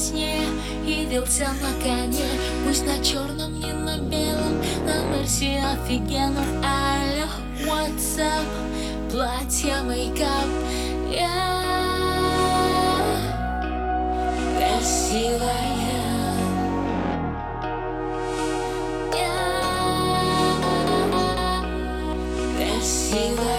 сне явился на коне, пусть на черном, не на белом, на Мерсе офигенном. Алло, what's up? Платье, мейкап, я красивая. Красивая.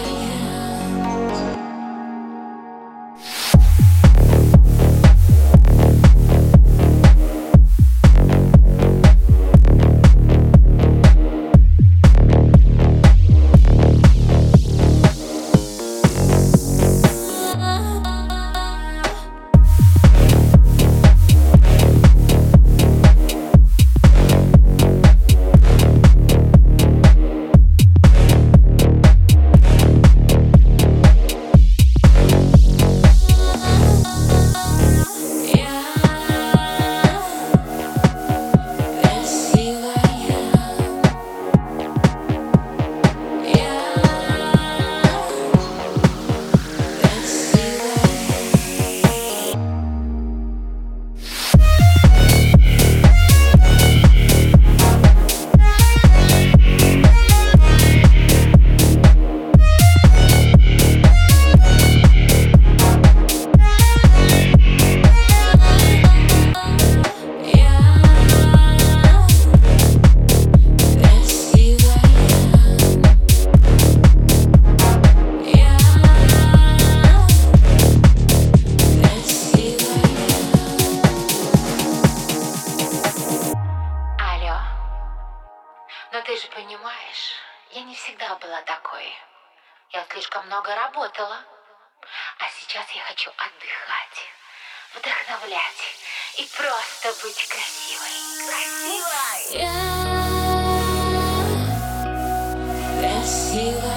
Но ты же понимаешь, я не всегда была такой. Я слишком много работала. А сейчас я хочу отдыхать, вдохновлять и просто быть красивой. Красивой. Я красивая.